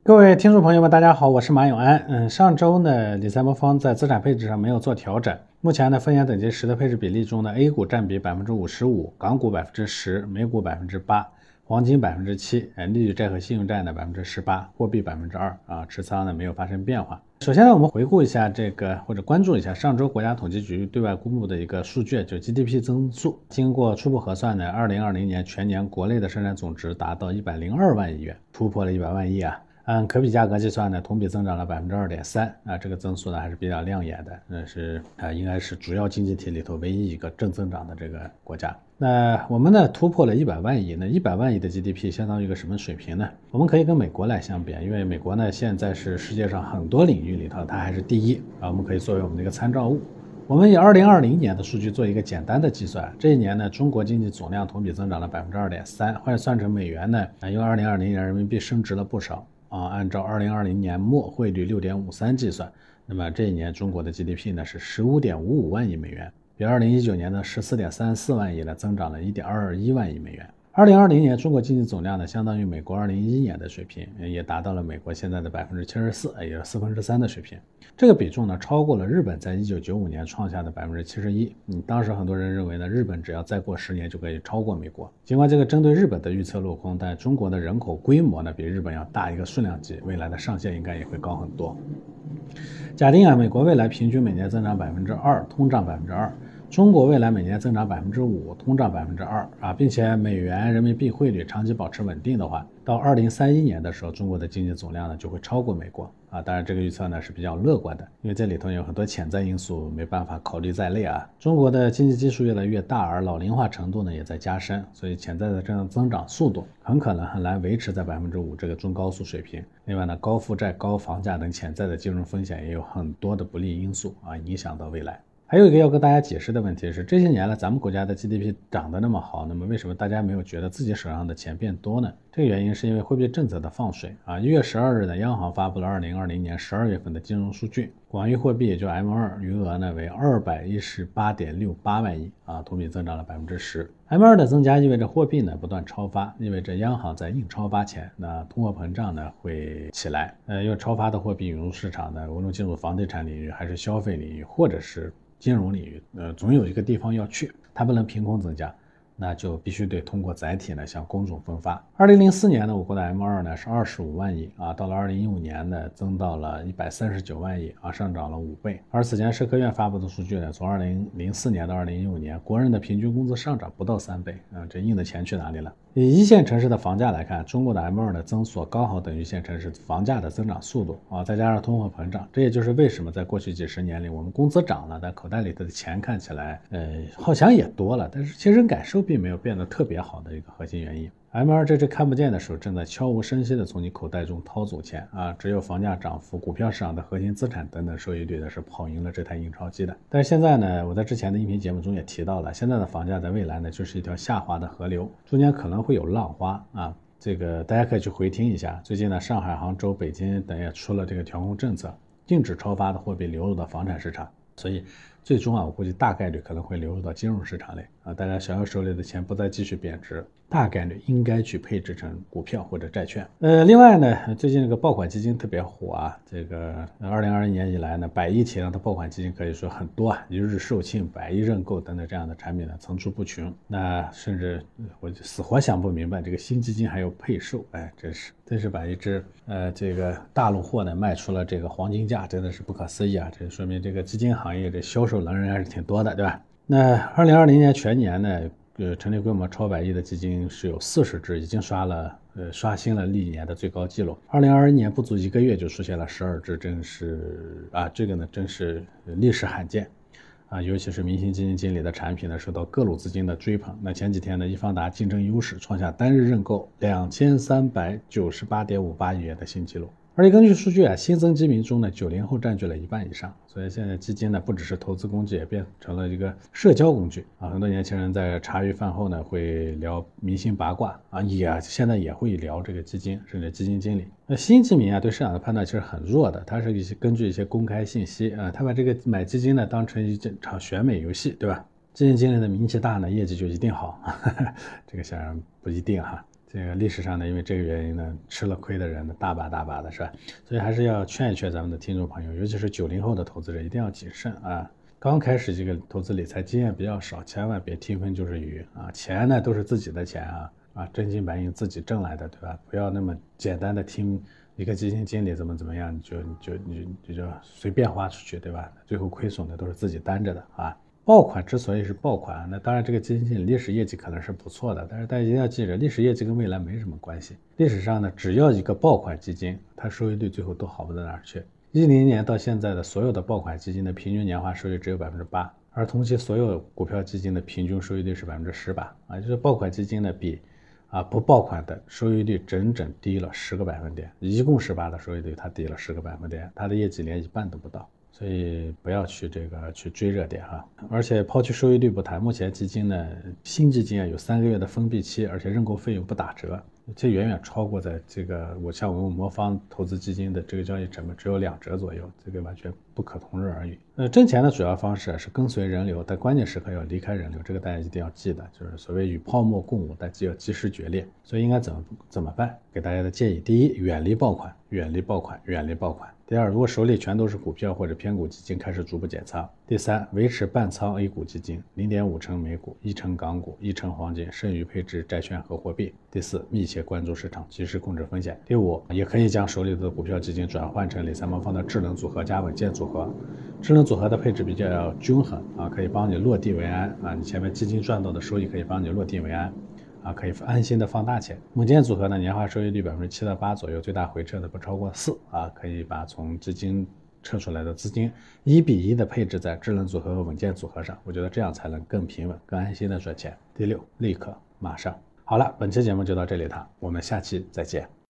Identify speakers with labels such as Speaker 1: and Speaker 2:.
Speaker 1: 各位听众朋友们，大家好，我是马永安。上周呢，理财魔方在资产配置上没有做调整。目前呢，风险等级10的配置比例中呢 ，A 股占比55%，港股10%，美股8%，黄金7%，利率债和信用债呢18%，货币2%啊，持仓呢没有发生变化。首先呢，我们回顾一下或者关注一下上周国家统计局对外公布的一个数据，就 GDP 增速。经过初步核算呢，2020年全年国内的生产总值达到102万亿元，突破了100万亿啊。按可比价格计算呢，同比增长了2.3%啊，这个增速呢还是比较亮眼的，应该是主要经济体里头唯一一个正增长的这个国家。那我们呢突破了100万亿，那100万亿的 GDP 相当于一个什么水平呢？我们可以跟美国来相比，因为美国呢现在是世界上很多领域里头它还是第一啊，我们可以作为我们的一个参照物。我们以2020年的数据做一个简单的计算，这一年呢，中国经济总量同比增长了2.3%，换算成美元呢，因为2020年人民币升值了不少。按照2020年末汇率6.53计算，那么这一年中国的 GDP 呢是15.55万亿美元，比2019年的14.34万亿呢增长了1.21万亿美元。2020年中国经济总量呢相当于美国2011年的水平，也达到了美国现在的74%，也是3/4的水平。这个比重呢超过了日本在1995年创下的71%。当时很多人认为呢，日本只要再过10年就可以超过美国。尽管这个针对日本的预测落空，但中国的人口规模呢比日本要大一个数量级，未来的上限应该也会高很多。假定美国未来平均每年增长2%，通胀2%。中国未来每年增长5%，通胀2%啊，并且美元人民币汇率长期保持稳定的话，到2031年的时候，中国的经济总量呢就会超过美国啊。当然，这个预测呢是比较乐观的，因为这里头有很多潜在因素没办法考虑在内啊。中国的经济基数越来越大，而老龄化程度呢也在加深，所以潜在的这样增长速度很可能很难维持在5%这个中高速水平。另外呢，高负债、高房价等潜在的金融风险也有很多的不利因素啊，影响到未来。还有一个要跟大家解释的问题是，这些年来咱们国家的 GDP 涨得那么好，那么为什么大家没有觉得自己手上的钱变多呢？这个原因是因为货币政策的放水啊。1月12日呢，央行发布了2020年12月份的金融数据，广义货币也就 M2 余额呢为218.68万亿啊，同比增长了10%。M2 的增加意味着货币呢不断超发，意味着央行在印超发钱，那通货膨胀呢会起来。因为超发的货币涌入市场呢，无论进入房地产领域还是消费领域，或者是金融领域，总有一个地方要去，它不能凭空增加，那就必须得通过载体呢向公众分发。2004年呢，我国的 M2 呢是25万亿啊，到了2015年呢增到了139万亿啊，上涨了5倍。而此前社科院发布的数据呢，从2004年到2015年，国人的平均工资上涨不到3倍啊，这印的钱去哪里了？以一线城市的房价来看，中国的 M2 的增速刚好等于一线城市房价的增长速度啊，再加上通货膨胀，这也就是为什么在过去几十年里，我们工资涨了，但口袋里头的钱看起来好像也多了，但是其实感受并没有变得特别好的一个核心原因。M2 这只看不见的手正在悄无声息地从你口袋中掏走钱啊！只有房价涨幅、股票市场的核心资产等等收益率呢是跑赢了这台印钞机的。但是现在呢，我在之前的音频节目中也提到了，现在的房价在未来呢就是一条下滑的河流，中间可能会有浪花啊。这个大家可以去回听一下。最近呢，上海、杭州、北京等也出了这个调控政策，禁止超发的货币流入到房产市场，所以最终我估计大概率可能会流入到金融市场里啊，大家想要手里的钱不再继续贬值，大概率应该去配置成股票或者债券。另外呢，最近这个爆款基金特别火啊，这个2021年以来呢，100亿体量的爆款基金可以说很多啊，一日售罄、100亿认购等等这样的产品呢层出不穷。那甚至我死活想不明白，这个新基金还有配售，真是把一只这个大陆货呢卖出了这个黄金价，真的是不可思议啊！这说明这个基金行业这销售能人还是挺多的，对吧？那2020年全年呢，成立规模超100亿的基金是有40只，已经刷新了历年的最高纪录。2021年不足1个月就出现了12只，真是这个呢真是历史罕见啊！尤其是明星基金经理的产品呢，受到各路资金的追捧。那前几天呢，易方达竞争优势创下单日认购2398.58亿元的新纪录。而且根据数据新增基民中呢，90后占据了1半以上，所以现在基金呢不只是投资工具，也变成了一个社交工具啊。很多年轻人在茶余饭后呢会聊明星八卦啊，现在也会聊这个基金，甚至基金经理。那新基民对市场的判断其实很弱的，他是根据一些公开信息他把这个买基金呢当成一场选美游戏，对吧？基金经理的名气大呢，业绩就一定好，这个显然不一定哈。 这个历史上呢，因为这个原因呢，吃了亏的人呢大把大把的，是吧？所以还是要劝一劝咱们的听众朋友，尤其是90后的投资者，一定要谨慎啊。刚开始这个投资理财经验比较少，千万别听风就是雨啊！钱呢都是自己的钱真金白银自己挣来的，对吧？不要那么简单的听一个基金经理怎么样，你就随便花出去，对吧？最后亏损的都是自己担着的啊！爆款之所以是爆款，那当然这个基金经理历史业绩可能是不错的，但是大家一定要记着，历史业绩跟未来没什么关系。历史上呢，只要一个爆款基金，它收益率最后都好不到哪儿去。10年到现在的所有的爆款基金的平均年化收益只有8%，而同期所有股票基金的平均收益率是18%就是爆款基金呢比不爆款的收益率整整低了10个百分点，一共18的收益率它低了10个百分点，它的业绩连一半都不到。所以不要去追热点而且抛去收益率不谈，目前基金呢，新基金有3个月的封闭期，而且认购费用不打折，这远远超过在这个像我们魔方投资基金的这个交易成本只有2折左右，这个完全不可同日而语。挣钱的主要方式是跟随人流，但关键时刻要离开人流，这个大家一定要记得，就是所谓与泡沫共舞，但要及时决裂。所以应该怎么办？给大家的建议：第一，远离爆款，远离爆款，远离爆款。第二，如果手里全都是股票或者偏股基金，开始逐步减仓。第三，维持半仓 A 股基金，0.5成美股，1成港股，1成黄金，剩余配置债券和货币。第四，密切关注市场，及时控制风险。第五，也可以将手里的股票基金转换成理财魔方的智能组合加稳健组合。智能组合的配置比较均衡可以帮你落地为安你前面基金赚到的收益可以帮你落地为安可以安心的放大钱。稳健组合呢，年化收益率7%到8%左右，最大回撤的不超过4可以把从基金撤出来的资金1比1的配置在智能组合和稳健组合上，我觉得这样才能更平稳、更安心的赚钱。第六，立刻马上。好了，本期节目就到这里我们下期再见。